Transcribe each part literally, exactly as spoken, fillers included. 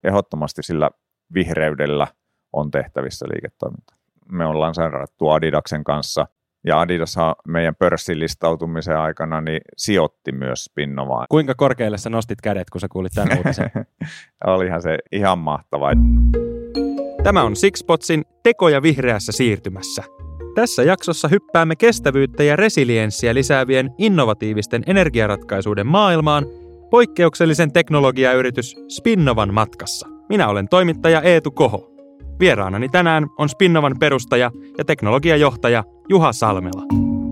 ehdottomasti sillä vihreydellä on tehtävissä liiketoimintaa. Me ollaan lanseerattu Adidaksen kanssa, ja Adidas meidän pörssin listautumisen aikana niin sijoitti myös Spinnovaan. Kuinka korkealle sä nostit kädet, kun sä kuulit tämän uutisen? Olihan se ihan mahtava. Tämä on Sixpotsin Tekoja vihreässä siirtymässä. Tässä jaksossa hyppäämme kestävyyttä ja resilienssiä lisäävien innovatiivisten energiaratkaisuiden maailmaan poikkeuksellisen teknologiayritys Spinnovan matkassa. Minä olen toimittaja Eetu Koho. Vieraanani tänään on Spinnovan perustaja ja teknologiajohtaja Juha Salmela.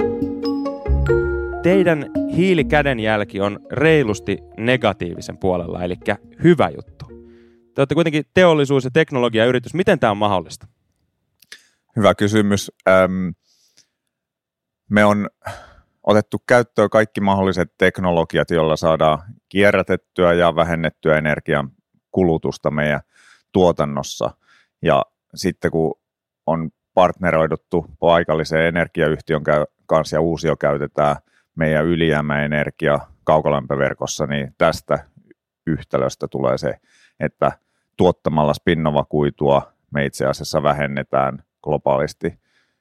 Teidän hiilikädenjälki on reilusti negatiivisen puolella, eli hyvä juttu. Te olette kuitenkin teollisuus- ja teknologiayritys. Miten tämä on mahdollista? Hyvä kysymys. Öm, me on otettu käyttöön kaikki mahdolliset teknologiat, joilla saadaan kierrätettyä ja vähennettyä energian kulutusta meidän tuotannossa. Ja sitten kun on partneroiduttu paikallisen energiayhtiön kanssa ja uusio käytetään meidän ylijäämäenergia kaukolämpöverkossa, niin tästä yhtälöstä tulee se, että tuottamalla Spinnova-kuitua me itse asiassa vähennetään globaalisti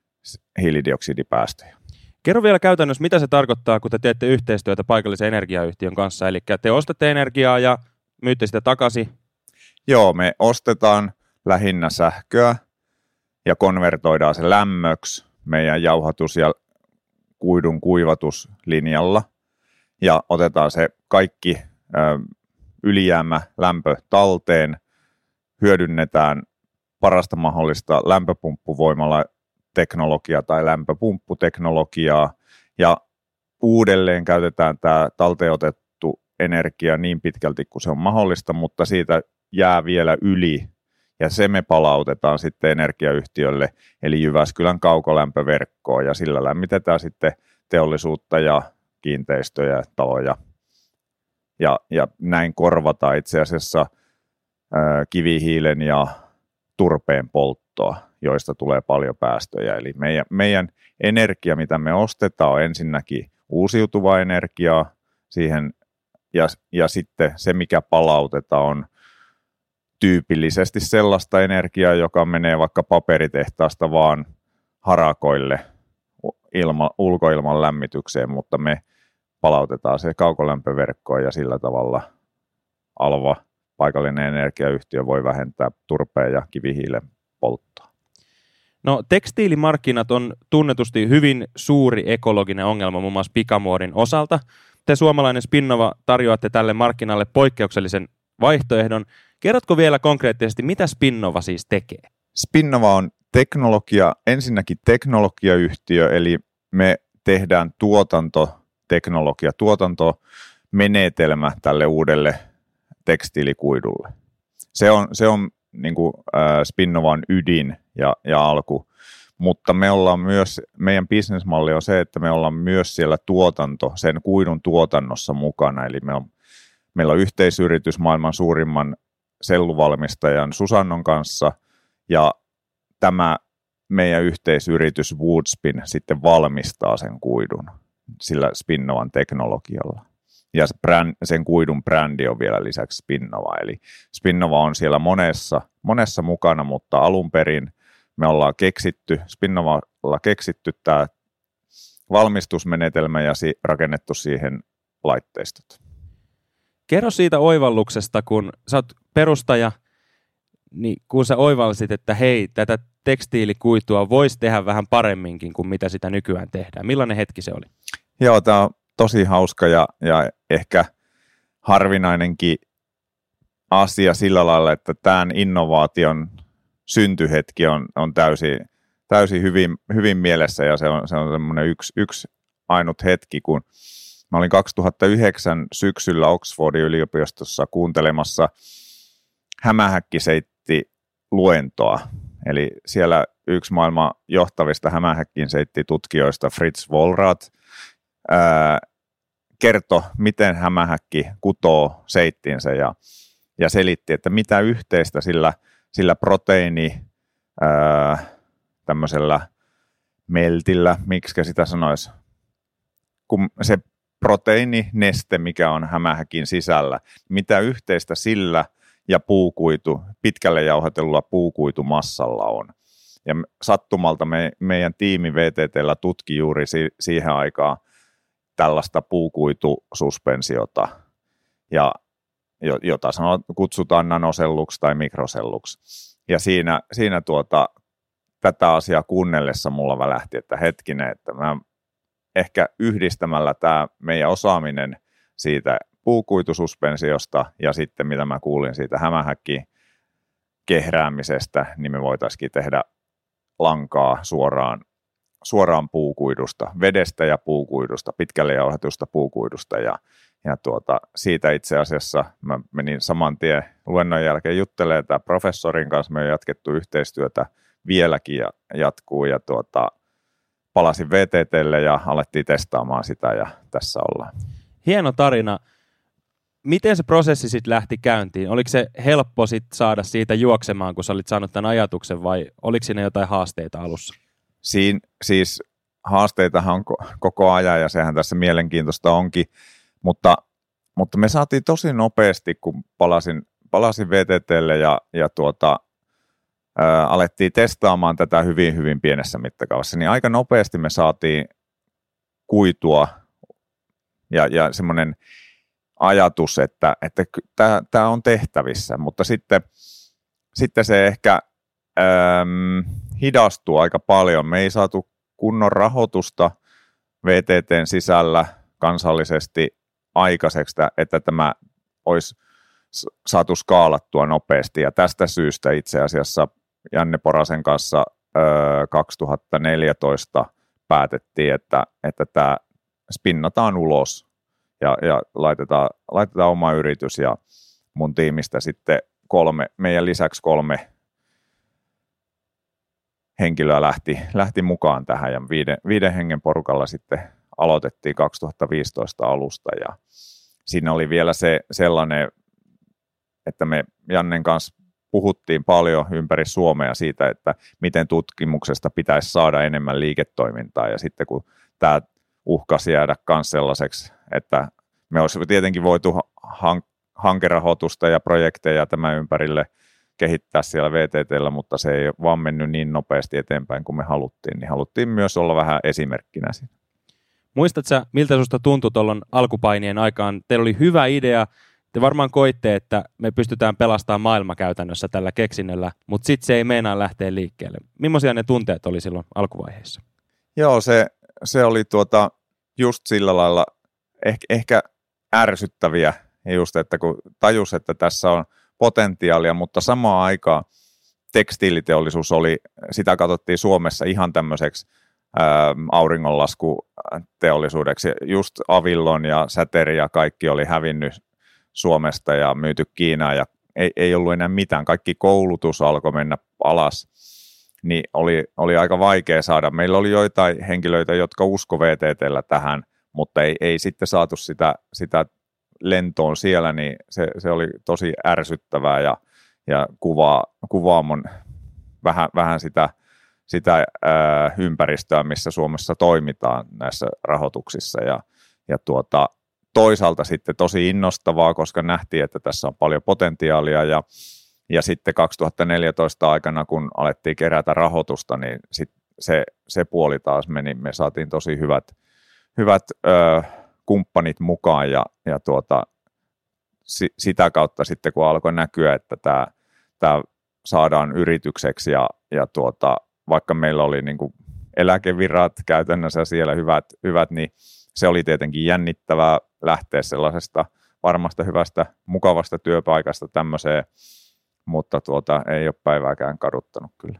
hiilidioksidipäästöjä. Kerro vielä käytännössä, mitä se tarkoittaa, kun te teette yhteistyötä paikallisen energiayhtiön kanssa. Eli te ostatte energiaa ja myytte sitä takaisin. Joo, me ostetaan lähinnä sähköä ja konvertoidaan se lämmöksi meidän jauhatus- ja kuidun kuivatuslinjalla. Ja otetaan se kaikki ö, ylijäämä lämpö talteen, hyödynnetään parasta mahdollista lämpöpumppuvoimalla teknologiaa tai lämpöpumpputeknologiaa ja uudelleen käytetään tämä talteen otettu energia niin pitkälti kuin se on mahdollista, mutta siitä jää vielä yli ja se me palautetaan sitten energiayhtiölle eli Jyväskylän kaukolämpöverkkoon ja sillä lämmitetään sitten teollisuutta ja kiinteistöjä, taloja ja, ja näin korvataan itse asiassa ää, kivihiilen ja turpeen polttoa, joista tulee paljon päästöjä. Eli meidän, meidän energia, mitä me ostetaan, on ensinnäkin uusiutuvaa energiaa siihen, ja, ja sitten se, mikä palautetaan, on tyypillisesti sellaista energiaa, joka menee vaikka paperitehtaasta vaan harakoille ilma, ulkoilman lämmitykseen, mutta me palautetaan se kaukolämpöverkkoon ja sillä tavalla Alva, paikallinen energiayhtiö, voi vähentää turpeen ja kivihiilen polttoa. No, tekstiilimarkkinat on tunnetusti hyvin suuri ekologinen ongelma muun muassa pikamuodin osalta. Te suomalainen Spinnova tarjoatte tälle markkinalle poikkeuksellisen vaihtoehdon. Kerrotko vielä konkreettisesti, mitä Spinnova siis tekee? Spinnova on teknologia, ensinnäkin teknologiayhtiö, eli me tehdään tuotantoteknologia, tuotantomenetelmä tälle uudelle tekstiilikuidulle. Se on, se on niin kuin, äh, Spinnovan ydin ja, ja alku, mutta me ollaan myös, meidän bisnesmalli on se, että me ollaan myös siellä tuotanto, sen kuidun tuotannossa mukana, eli me on, meillä on yhteisyritys maailman suurimman selluvalmistajan Susannon kanssa, ja tämä meidän yhteisyritys Woodspin sitten valmistaa sen kuidun sillä Spinnovan teknologialla. Ja sen kuidun brändi on vielä lisäksi Spinnova, eli Spinnova on siellä monessa, monessa mukana, mutta alun perin me ollaan keksitty, Spinnovalla keksitty tämä valmistusmenetelmä ja rakennettu siihen laitteistot. Kerro siitä oivalluksesta, kun sä oot perustaja, niin kun sä oivalsit, että hei, tätä tekstiilikuitua voisi tehdä vähän paremminkin kuin mitä sitä nykyään tehdään. Millainen hetki se oli? Joo, tämä on tosi hauska ja, ja ehkä harvinainenkin asia sillä lailla, että tämän innovaation syntyhetki on, on täysin, täysin hyvin, hyvin mielessä ja se on, se on semmoinen yksi, yksi ainut hetki, kun mä olin kaksituhattayhdeksän syksyllä Oxfordin yliopistossa kuuntelemassa hämähäkkiseitti luentoa. Eli siellä yksi maailman johtavista hämähäkkinseitti tutkijoista Fritz Wohlrath ää, kertoi, miten hämähäkki kutoo seittinsä ja, ja selitti, että mitä yhteistä sillä, sillä proteiini ää, tämmöisellä meltillä, miksi sitä sanoisi, kun se proteiinineste, mikä on hämähäkin sisällä, mitä yhteistä sillä ja puukuitu, pitkälle jauhatellulla puukuitumassalla on. Ja sattumalta me, meidän tiimi V T T:llä tutki juuri si, siihen aikaan tällaista puukuitususpensiota, ja, jota sanot, kutsutaan nanoselluksi tai mikroselluksi. Ja siinä, siinä tuota, tätä asiaa kuunnellessa mulla välähti, että hetkinen, että mä ehkä yhdistämällä tämä meidän osaaminen siitä puukuitususpensiosta ja sitten mitä mä kuulin siitä hämähäkki kehräämisestä, niin me voitaisiin tehdä lankaa suoraan, suoraan puukuidusta, vedestä ja puukuidusta, pitkälle jauhetusta puukuidusta. Ja, ja tuota, siitä itse asiassa mä menin saman tien luennon jälkeen juttelemaan tämän professorin kanssa. Me on jatkettu yhteistyötä vieläkin ja jatkuu. Ja tuota, palasin V T T:lle ja alettiin testaamaan sitä ja tässä ollaan. Hieno tarina. Miten se prosessi sitten lähti käyntiin? Oliko se helppo sit saada siitä juoksemaan, kun sä olit saanut tämän ajatuksen, vai oliko siinä jotain haasteita alussa? Siin, siis haasteitahan on koko ajan ja sehän tässä mielenkiintoista onkin, mutta, mutta me saatiin tosi nopeasti, kun palasin, palasin V T T:lle ja, ja tuota, ää, alettiin testaamaan tätä hyvin, hyvin pienessä mittakaavassa, niin aika nopeasti me saatiin kuitua ja, ja semmoinen ajatus, että, että tämä on tehtävissä, mutta sitten, sitten se ehkä äm, hidastuu aika paljon. Me ei saatu kunnon rahoitusta V T T:n sisällä kansallisesti aikaiseksi, että tämä olisi saatu skaalattua nopeasti. Ja tästä syystä itse asiassa Janne Porasen kanssa ö, kaksituhattaneljätoista päätettiin, että, että tämä spinnataan ulos. Ja, ja laitetaan, laitetaan oma yritys ja mun tiimistä sitten kolme, meidän lisäksi kolme henkilöä lähti, lähti mukaan tähän ja viiden, viiden hengen porukalla sitten aloitettiin kaksituhattaviisitoista alusta ja siinä oli vielä se sellainen, että me Jannen kanssa puhuttiin paljon ympäri Suomea siitä, että miten tutkimuksesta pitäisi saada enemmän liiketoimintaa ja sitten kun tämä uhkasi jäädä myös sellaiseksi, että me olisi tietenkin voitu hank- hankerahoitusta ja projekteja tämän ympärille kehittää siellä V T T:llä, mutta se ei vaan mennyt niin nopeasti eteenpäin kuin me haluttiin, niin haluttiin myös olla vähän esimerkkinä siinä. Muistatko sä, miltä susta tuntui tuolloin alkupainien aikaan? Teillä oli hyvä idea, te varmaan koitte, että me pystytään pelastamaan maailma käytännössä tällä keksinnöllä, mutta sitten se ei meinaa lähteä liikkeelle. Millaisia ne tunteet oli silloin alkuvaiheessa? Joo, se, se oli tuota, just sillä lailla ehkä, ehkä ärsyttäviä, just, että kun tajus, että tässä on potentiaalia, mutta samaan aikaan tekstiiliteollisuus oli, sitä katsottiin Suomessa ihan tämmöiseksi ää, auringonlaskuteollisuudeksi. Just Avillon ja Säteri ja kaikki oli hävinnyt Suomesta ja myyty Kiinaan ja ei, ei ollut enää mitään. Kaikki koulutus alkoi mennä alas, niin oli, oli aika vaikea saada. Meillä oli joitain henkilöitä, jotka usko V T T:llä tähän, mutta ei, ei sitten saatu sitä, sitä lentoon siellä, niin se, se oli tosi ärsyttävää ja, ja kuvaa, kuvaa mun vähän, vähän sitä, sitä ää, ympäristöä, missä Suomessa toimitaan näissä rahoituksissa ja, ja tuota, toisaalta sitten tosi innostavaa, koska nähtiin, että tässä on paljon potentiaalia ja, ja sitten kaksituhattaneljätoista aikana, kun alettiin kerätä rahoitusta, niin sit se, se puoli taas meni, me saatiin tosi hyvät, hyvät ö, kumppanit mukaan ja, ja tuota, si, sitä kautta sitten kun alkoi näkyä, että tämä, tämä saadaan yritykseksi ja, ja tuota, vaikka meillä oli niin kuin eläkevirrat käytännössä siellä hyvät, hyvät, niin se oli tietenkin jännittävää lähteä sellaisesta varmasta hyvästä, mukavasta työpaikasta tämmöiseen, mutta tuota, ei ole päivääkään kaduttanut kyllä.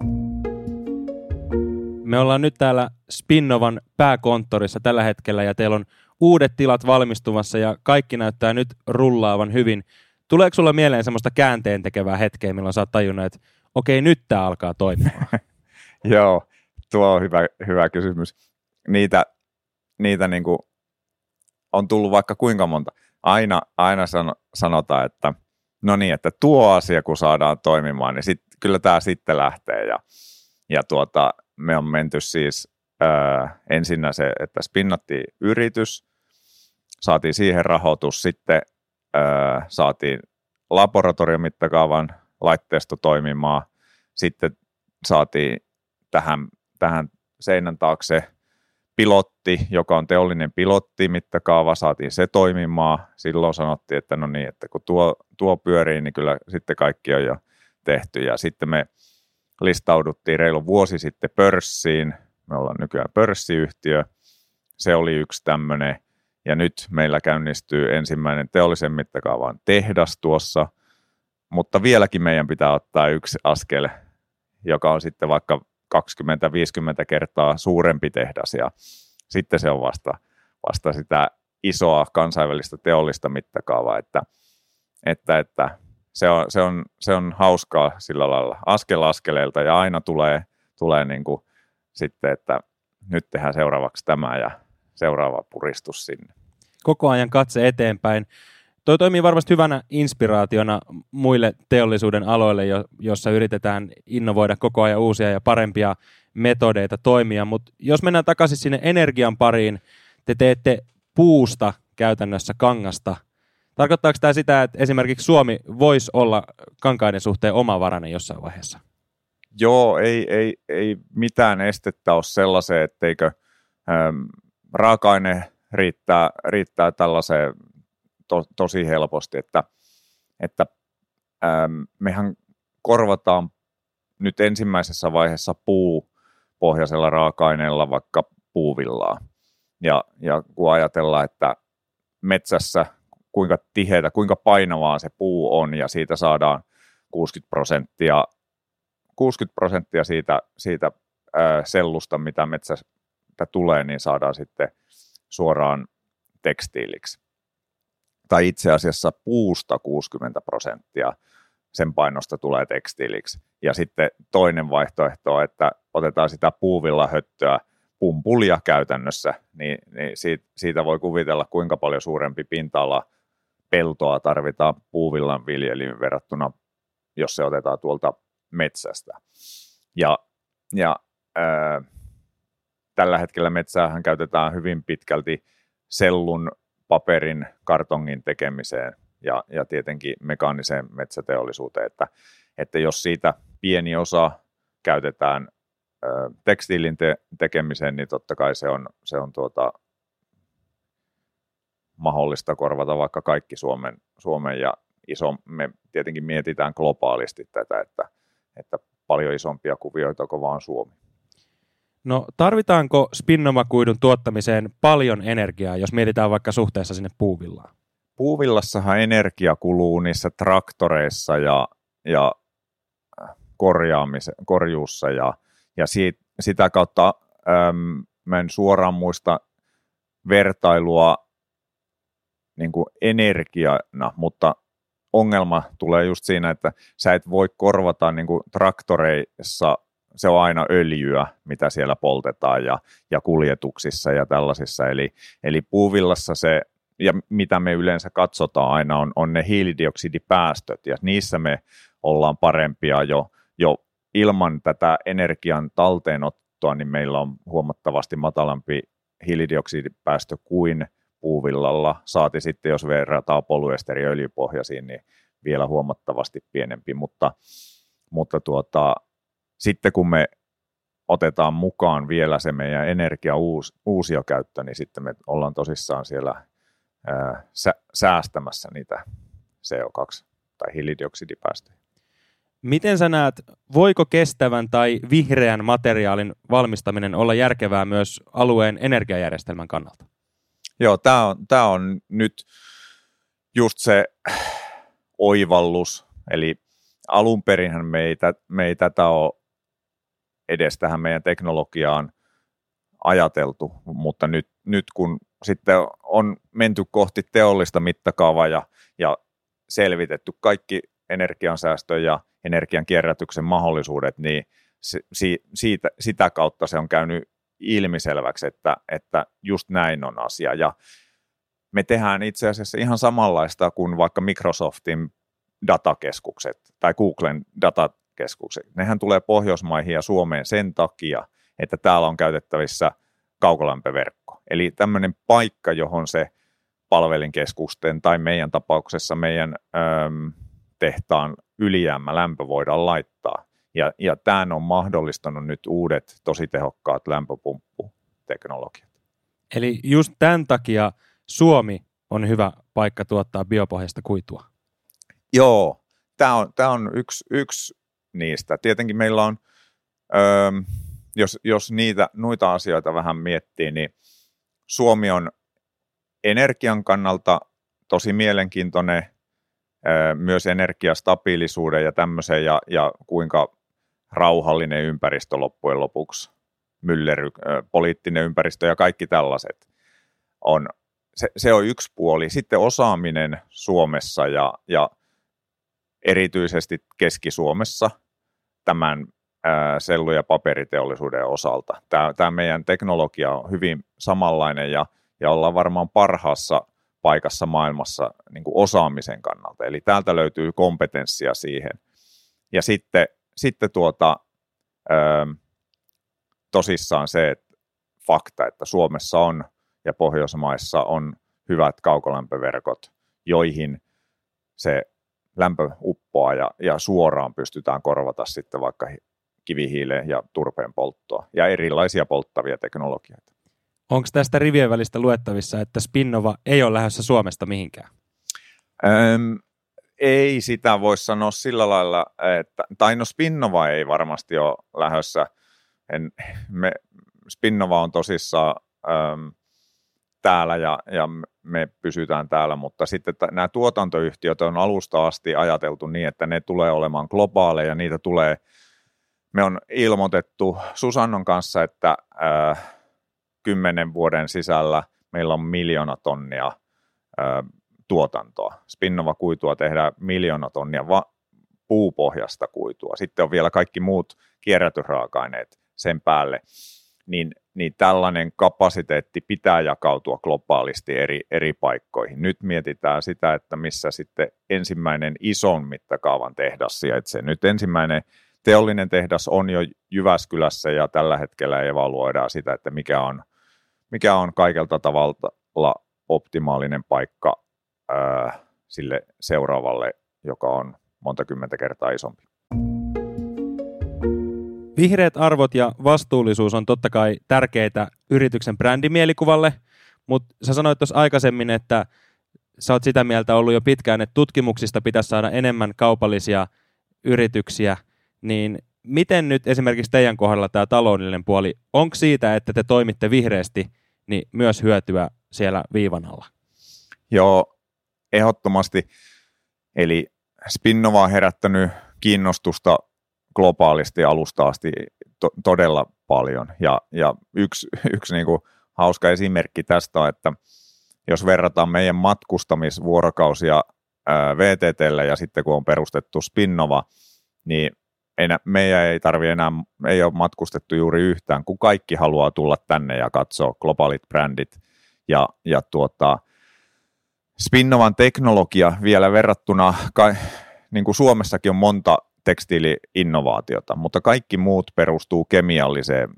Me ollaan nyt täällä Spinnovan pääkonttorissa tällä hetkellä ja teillä on uudet tilat valmistumassa ja kaikki näyttää nyt rullaavan hyvin. Tuleeko sulla mieleen semmoista käänteen tekevää hetkeä, milloin sä oot tajunnut, että okei, nyt tää alkaa toimimaan? Joo, tuo on hyvä, hyvä kysymys. Niitä, niitä niin kuin on tullut vaikka kuinka monta. Aina, aina sanotaan, että no niin, että tuo asia kun saadaan toimimaan, niin sit, kyllä tämä sitten lähtee. Ja, ja tuota, me on menty siis ää, ensinnä se, että spinnattiin yritys, saatiin siihen rahoitus, sitten ää, saatiin laboratoriomittakaavan laitteisto toimimaan. Sitten saatiin tähän, tähän seinän taakse pilotti, joka on teollinen pilotti, mittakaava, saatiin se toimimaan. Silloin sanottiin, että no niin, että kun tuo, tuo pyörii, niin kyllä sitten kaikki on jo tehty. Ja sitten me listauduttiin reilu vuosi sitten pörssiin. Me ollaan nykyään pörssiyhtiö. Se oli yksi tämmöinen. Ja nyt meillä käynnistyy ensimmäinen teollisen mittakaavan tehdas tuossa. Mutta vieläkin meidän pitää ottaa yksi askel, joka on sitten vaikka kaksikymmentä viisikymmentä kertaa suurempi tehdas, ja sitten se on vasta, vasta sitä isoa kansainvälistä teollista mittakaavaa, että, että, että se, on, se, on, se on hauskaa sillä lailla askel askeleelta, ja aina tulee, tulee niin kuin sitten, että nyt tehdään seuraavaksi tämä ja seuraava puristus sinne. Koko ajan katse eteenpäin. Toi toimii varmasti hyvänä inspiraationa muille teollisuuden aloille, jossa yritetään innovoida koko ajan uusia ja parempia metodeita toimia, mutta jos mennään takaisin sinne energian pariin, te teette puusta käytännössä kangasta. Tarkoittaako tämä sitä, että esimerkiksi Suomi voisi olla kankaiden suhteen omavarainen jossain vaiheessa? Joo, ei, ei, ei mitään estettä ole sellaiseen, etteikö ähm, raaka-aine riittää, riittää tällaiseen To, tosi helposti, että, että ähm, mehän korvataan nyt ensimmäisessä vaiheessa puupohjaisella raaka-aineella vaikka puuvillaa. Ja, ja kun ajatellaan, että metsässä kuinka tiheätä, kuinka painavaa se puu on, ja siitä saadaan kuusikymmentä prosenttia, kuusikymmentä prosenttia siitä, siitä äh, sellusta, mitä metsästä tulee, niin saadaan sitten suoraan tekstiiliksi. Tai itse asiassa puusta kuusikymmentä prosenttia sen painosta tulee tekstiiliksi. Ja sitten toinen vaihtoehto on, että otetaan sitä puuvillahöttöä, pumpulia käytännössä, niin, niin siitä, siitä voi kuvitella, kuinka paljon suurempi pinta-ala peltoa tarvitaan puuvillan viljelyyn verrattuna, jos se otetaan tuolta metsästä. Ja, ja ää, tällä hetkellä metsäähän käytetään hyvin pitkälti sellun, paperin, kartongin tekemiseen ja, ja tietenkin mekaaniseen metsäteollisuuteen, että, että jos siitä pieni osa käytetään ö, tekstiilin te- tekemiseen, niin totta kai se on, se on tuota, mahdollista korvata vaikka kaikki Suomen, Suomen ja iso, me tietenkin mietitään globaalisti tätä, että, että paljon isompia kuvioita kuin vaan Suomi. No tarvitaanko spinnomakuidun tuottamiseen paljon energiaa, jos mietitään vaikka suhteessa sinne puuvillaan? Puuvillassahan energia kuluu niissä traktoreissa ja, ja korjuussa ja, ja siitä, sitä kautta äm, mä en suoraan muista vertailua niin kuin energiana, mutta ongelma tulee just siinä, että sä et voi korvata niin kuin traktoreissa, se on aina öljyä, mitä siellä poltetaan ja, ja kuljetuksissa ja tällaisissa, eli, eli puuvillassa se, ja mitä me yleensä katsotaan aina, on, on ne hiilidioksidipäästöt, ja niissä me ollaan parempia jo, jo ilman tätä energian talteenottoa, niin meillä on huomattavasti matalampi hiilidioksidipäästö kuin puuvillalla, saati sitten, jos verrataan polyesteriöljypohjaisiin, niin vielä huomattavasti pienempi, mutta, mutta tuota, sitten kun me otetaan mukaan vielä se meidän energia uus, uusiokäyttö, niin sitten me ollaan tosissaan siellä ää, sä, säästämässä niitä C O kaksi- tai hiilidioksidipäästöjä. Miten sä näet, voiko kestävän tai vihreän materiaalin valmistaminen olla järkevää myös alueen energiajärjestelmän kannalta? Joo, tämä on, tää on nyt just se oivallus, eli alun perinhän me ei, me ei tätä ole edes tähän meidän teknologiaan ajateltu, mutta nyt, nyt kun sitten on menty kohti teollista mittakaavaa ja, ja selvitetty kaikki energiansäästö ja energian kierrätyksen mahdollisuudet, niin se, siitä, sitä kautta se on käynyt ilmiselväksi, että, että just näin on asia. Ja me tehdään itse asiassa ihan samanlaista kuin vaikka Microsoftin datakeskukset tai Googlen datakeskukset. Nehän tulee Pohjoismaihin ja Suomeen sen takia, että täällä on käytettävissä kaukolämpöverkko. Eli tämmöinen paikka, johon se palvelinkeskusten tai meidän tapauksessa meidän äm, tehtaan ylijäämä lämpö voidaan laittaa. Ja, ja tämä on mahdollistanut nyt uudet tosi tehokkaat lämpöpumpputeknologiat. Eli just tämän takia Suomi on hyvä paikka tuottaa biopohjaista kuitua. Joo, tämä on, tämä on yksi, yksi niistä. Tietenkin meillä on, öö, jos, jos niitä, noita asioita vähän miettii, niin Suomi on energian kannalta tosi mielenkiintoinen, öö, myös energiastabiilisuuden ja tämmöisen, ja, ja kuinka rauhallinen ympäristö loppujen lopuksi, myllery, öö, poliittinen ympäristö ja kaikki tällaiset on. Se, se on yksi puoli. Sitten osaaminen Suomessa ja, ja erityisesti Keski-Suomessa tämän ää, sellu- ja paperiteollisuuden osalta. Tämä, tämä meidän teknologia on hyvin samanlainen ja, ja ollaan varmaan parhaassa paikassa maailmassa niin kuin osaamisen kannalta. Eli täältä löytyy kompetenssia siihen. Ja sitten, sitten tuota, ää, tosissaan se että fakta, että Suomessa on ja Pohjoismaissa on hyvät kaukolämpöverkot, joihin se lämpö uppoaa ja, ja suoraan pystytään korvata sitten vaikka kivihiilen ja turpeen polttoa ja erilaisia polttavia teknologioita. Onko tästä rivien välistä luettavissa, että Spinnova ei ole lähdössä Suomesta mihinkään? Öm, ei sitä voi sanoa sillä lailla, että, tai no Spinnova ei varmasti ole lähdössä. En, me, Spinnova on tosissaan öm, täällä ja, ja me pysytään täällä, mutta sitten t- nämä tuotantoyhtiöt on alusta asti ajateltu niin, että ne tulee olemaan globaaleja, niitä tulee, me on ilmoitettu Susannon kanssa, että äh, kymmenen vuoden sisällä meillä on miljoona tonnia äh, tuotantoa. Spinnova-kuitua tehdään miljoona tonnia va- puupohjasta kuitua. Sitten on vielä kaikki muut kierrätysraaka-aineet sen päälle. Niin, niin tällainen kapasiteetti pitää jakautua globaalisti eri, eri paikkoihin. Nyt mietitään sitä, että missä sitten ensimmäinen ison mittakaavan tehdas sijaitsee. Nyt ensimmäinen teollinen tehdas on jo Jyväskylässä ja tällä hetkellä evaluoidaan sitä, että mikä on, mikä on kaikelta tavalla optimaalinen paikka ää, sille seuraavalle, joka on monta kymmentä kertaa isompi. Vihreät arvot ja vastuullisuus on totta kai tärkeitä yrityksen brändimielikuvalle, mutta sä sanoit tuossa aikaisemmin, että sä oot sitä mieltä ollut jo pitkään, että tutkimuksista pitäisi saada enemmän kaupallisia yrityksiä, niin miten nyt esimerkiksi teidän kohdalla tämä taloudellinen puoli, onko siitä, että te toimitte vihreästi, niin myös hyötyä siellä viivan alla? Joo, ehdottomasti. Eli Spinnova on herättänyt kiinnostusta globaalisti alusta asti to- todella paljon. Ja, ja yksi, yksi niin kuin hauska esimerkki tästä on, että jos verrataan meidän matkustamisvuorokausia ää, V T T:llä ja sitten kun on perustettu Spinnova, niin enä, meidän ei tarvitse enää, ei ole matkustettu juuri yhtään, kun kaikki haluaa tulla tänne ja katsoa globaalit brändit. Ja, ja tuota, Spinnovan teknologia vielä verrattuna, ka, niin kuin Suomessakin on monta tekstiili-innovaatiota, mutta kaikki muut perustuu kemialliseen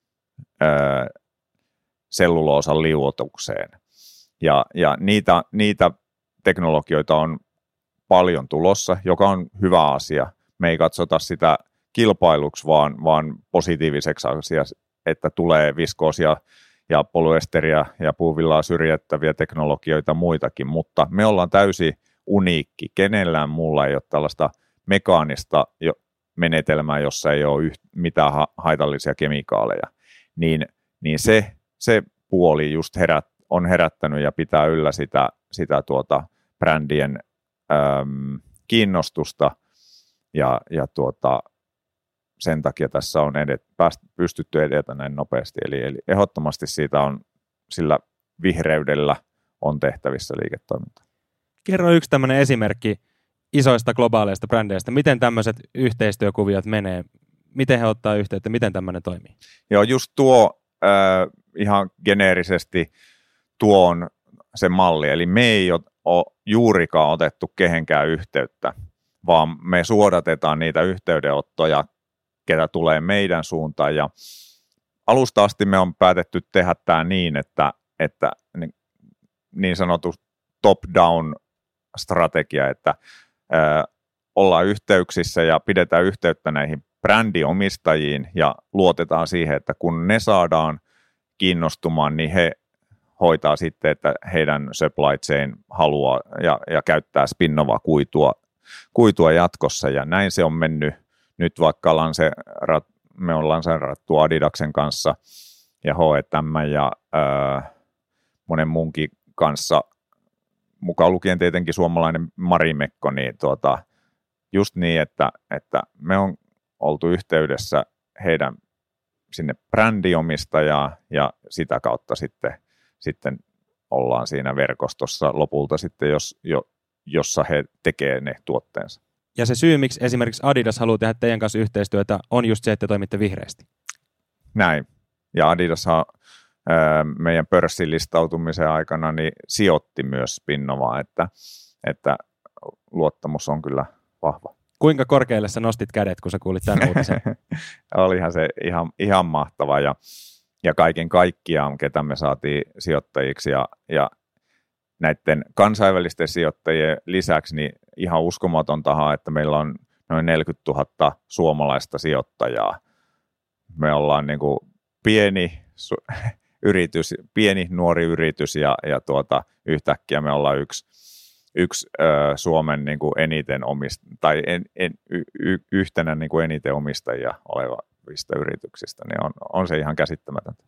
öö, selluloosan liuotukseen. Ja, ja niitä, niitä teknologioita on paljon tulossa, joka on hyvä asia. Me ei katsota sitä kilpailuksi, vaan, vaan positiiviseksi asiaksi, että tulee viskoosia ja polyesteriä ja puuvillaa syrjättäviä teknologioita muitakin, mutta me ollaan täysin uniikki. Kenellään muulla ei ole tällaista mekaanista menetelmää, jossa ei ole yht, mitään ha- haitallisia kemikaaleja, niin, niin se, se puoli just herät, on herättänyt ja pitää yllä sitä, sitä tuota brändien äm, kiinnostusta, ja, ja tuota, sen takia tässä on edet, pääst, pystytty edetä näin nopeasti, eli, eli ehdottomasti siitä on, sillä vihreydellä on tehtävissä liiketoimintaa. Kerro yksi tämmöinen esimerkki isoista globaaleista brändeistä. Miten tämmöiset yhteistyökuviot menee? Miten he ottaa yhteyttä? Miten tämmöinen toimii? Joo, just tuo äh, ihan geneerisesti tuo on se malli. Eli me ei ole, ole juurikaan otettu kehenkään yhteyttä, vaan me suodatetaan niitä yhteydenottoja, ketä tulee meidän suuntaan. Ja alusta asti me on päätetty tehdä tämä niin, että, että niin sanottu top-down strategia, että ollaan yhteyksissä ja pidetään yhteyttä näihin brändiomistajiin ja luotetaan siihen, että kun ne saadaan kiinnostumaan, niin he hoitaa sitten, että heidän supply chain haluaa ja, ja käyttää Spinnova kuitua, kuitua jatkossa. Ja näin se on mennyt nyt vaikka lanserat, me on lanseerattu Adidaksen kanssa ja H and M ja ää, monen muunkin kanssa, mukaan lukien tietenkin suomalainen Marimekko, niin tuota, just niin, että, että me on oltu yhteydessä heidän sinne brändiomistajaan ja sitä kautta sitten, sitten ollaan siinä verkostossa lopulta sitten, jos, jo, jossa he tekevät ne tuotteensa. Ja se syy, miksi esimerkiksi Adidas haluaa tehdä teidän kanssa yhteistyötä, on just se, että toimitte vihreästi. Näin. Ja Adidas meidän pörssilistautumisen aikana niin sijoitti myös Spinnovaa, että, että luottamus on kyllä vahva. Kuinka korkealle sä nostit kädet, kun sä kuulit tämän uutisen? Olihan se ihan, ihan mahtava ja, ja kaiken kaikkiaan, ketä me saatiin sijoittajiksi ja, ja näiden kansainvälisten sijoittajien lisäksi niin ihan uskomatontahan, että meillä on noin neljäkymmentätuhatta suomalaista sijoittajaa. Me ollaan niin kuin pieni su- yritys, pieni nuori yritys ja, ja tuota, yhtäkkiä me ollaan yksi, yksi ö, Suomen niin kuin eniten omist- tai en, en, y, y, yhtenä niin kuin eniten omistajia olevista yrityksistä, niin on, on se ihan käsittämätöntä.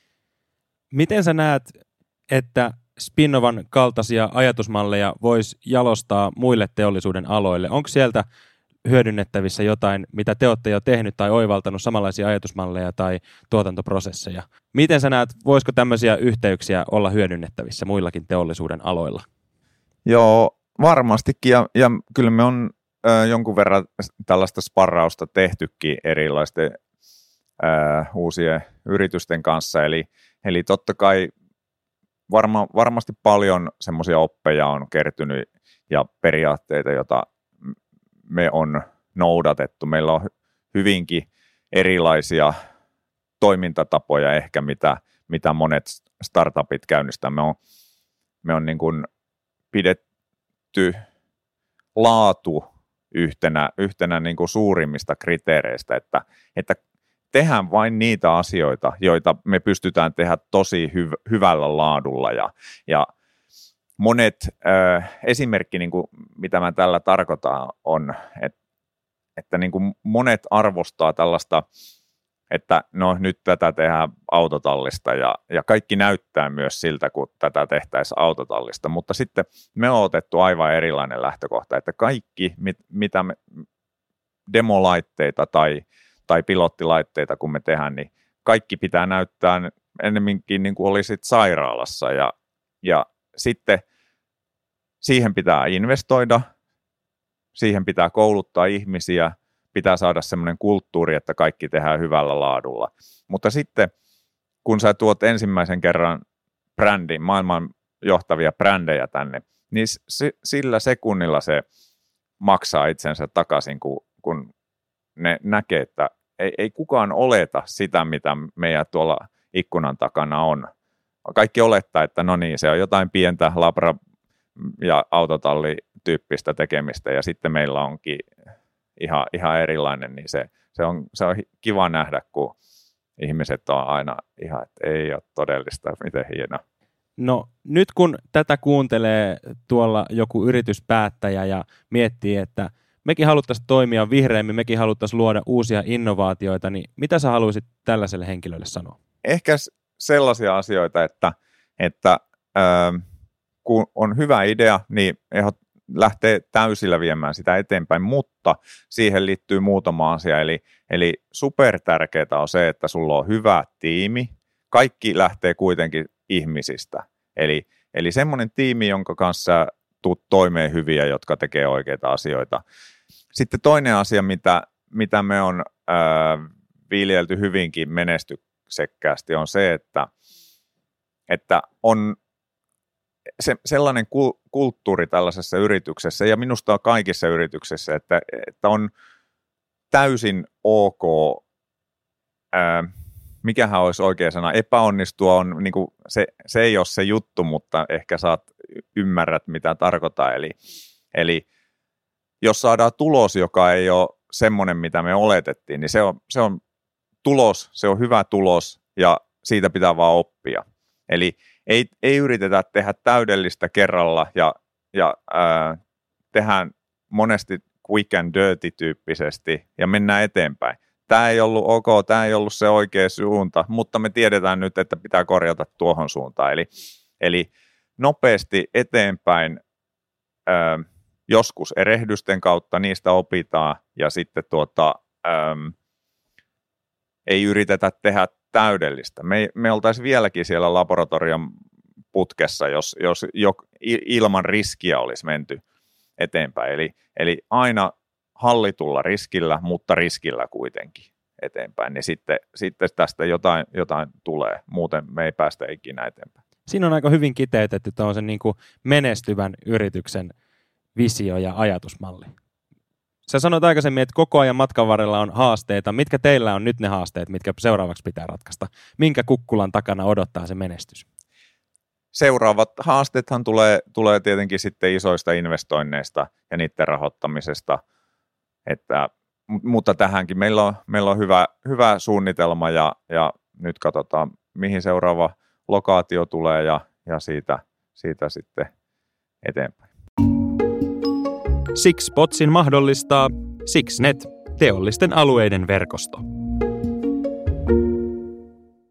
Miten sä näet, että Spinnovan kaltaisia ajatusmalleja voisi jalostaa muille teollisuuden aloille? Onko sieltä hyödynnettävissä jotain, mitä te olette jo tehnyt tai oivaltanut samanlaisia ajatusmalleja tai tuotantoprosesseja? Miten sä näet, voisiko tämmöisiä yhteyksiä olla hyödynnettävissä muillakin teollisuuden aloilla? Joo, varmastikin ja, ja kyllä me on ö, jonkun verran tällaista sparrausta tehtykin erilaisten ö, uusien yritysten kanssa, eli, eli totta kai varma, varmasti paljon semmoisia oppeja on kertynyt ja periaatteita, joita me on noudatettu. Meillä on hyvinkin erilaisia toimintatapoja ehkä, mitä, mitä monet startupit käynnistää. Me on, me on niin kuin pidetty laatu yhtenä, yhtenä niin kuin suurimmista kriteereistä, että, että tehdään vain niitä asioita, joita me pystytään tehdä tosi hyv- hyvällä laadulla ja, ja monet äh, esimerkki, niin kuin, mitä mä tällä tarkoitan, on, että, että niin kuin monet arvostaa tällaista, että no nyt tätä tehdään autotallista ja, ja kaikki näyttää myös siltä, kun tätä tehtäisiin autotallista, mutta sitten me on otettu aivan erilainen lähtökohta, että kaikki, mit, mitä me, demolaitteita tai, tai pilottilaitteita, kun me tehdään, niin kaikki pitää näyttää ennemminkin niin kuin olisit sairaalassa ja, ja sitten siihen pitää investoida, siihen pitää kouluttaa ihmisiä, pitää saada semmoinen kulttuuri, että kaikki tehdään hyvällä laadulla. Mutta sitten, kun sä tuot ensimmäisen kerran brändin, maailman johtavia brändejä tänne, niin sillä sekunnilla se maksaa itsensä takaisin, kun, kun ne näkee, että ei, ei kukaan oleta sitä, mitä meidän tuolla ikkunan takana on. Kaikki olettaa, että no niin, se on jotain pientä labra- ja autotallityyppistä tekemistä, ja sitten meillä onkin ihan, ihan erilainen, niin se, se, on, se on kiva nähdä, kun ihmiset on aina ihan, että ei ole todellista, miten hienoa. No nyt kun tätä kuuntelee tuolla joku yrityspäättäjä ja miettii, että mekin haluttaisiin toimia vihreämmin, mekin haluttaisiin luoda uusia innovaatioita, niin mitä sä haluaisit tällaiselle henkilölle sanoa? Ehkä sellaisia asioita, että, että äh, kun on hyvä idea, niin ehdot, lähtee täysillä viemään sitä eteenpäin, mutta siihen liittyy muutama asia. Eli, eli supertärkeää on se, että sulla on hyvä tiimi. Kaikki lähtee kuitenkin ihmisistä. Eli, eli semmoinen tiimi, jonka kanssa tuut toimeen hyviä, jotka tekee oikeita asioita. Sitten toinen asia, mitä, mitä me on äh, viljelty hyvinkin menestyksekkäästi, on se, että, että on se, sellainen kulttuuri tällaisessa yrityksessä, ja minusta on kaikissa yrityksissä, että, että on täysin ok, ää, mikähän olisi oikea sana, epäonnistua on, niin kuin, se, se ei ole se juttu, mutta ehkä saat ymmärrät, mitä tarkoittaa. Eli, eli jos saadaan tulos, joka ei ole semmoinen, mitä me oletettiin, niin se on, se on tulos, se on hyvä tulos ja siitä pitää vaan oppia. Eli ei, ei yritetä tehdä täydellistä kerralla ja, ja ää, tehdään monesti quick and dirty tyyppisesti ja mennään eteenpäin. Tämä ei ollut ok, tämä ei ollut se oikea suunta, mutta me tiedetään nyt, että pitää korjata tuohon suuntaan. Eli, eli nopeasti eteenpäin, ää, joskus erehdysten kautta niistä opitaan ja sitten tuota, ää, ei yritetä tehdä täydellistä. Me, me oltaisiin vieläkin siellä laboratorion putkessa, jos, jos jo, ilman riskiä olisi menty eteenpäin. Eli, eli aina hallitulla riskillä, mutta riskillä kuitenkin eteenpäin, niin sitten, sitten tästä jotain, jotain tulee. Muuten me ei päästä ikinä eteenpäin. Siinä on aika hyvin kiteytetty tuollaisen niin kuin menestyvän yrityksen visio ja ajatusmalli. Sä sanoit aikaisemmin, että koko ajan matkan varrella on haasteita. Mitkä teillä on nyt ne haasteet, mitkä seuraavaksi pitää ratkaista? Minkä kukkulan takana odottaa se menestys? Seuraavat haasteethan tulee, tulee tietenkin sitten isoista investoinneista ja niiden rahoittamisesta. Että, mutta tähänkin meillä on, meillä on hyvä, hyvä suunnitelma ja, ja nyt katsotaan, mihin seuraava lokaatio tulee ja, ja siitä, siitä sitten eteenpäin. SIXPOTSin mahdollistaa SIXNet, teollisten alueiden verkosto.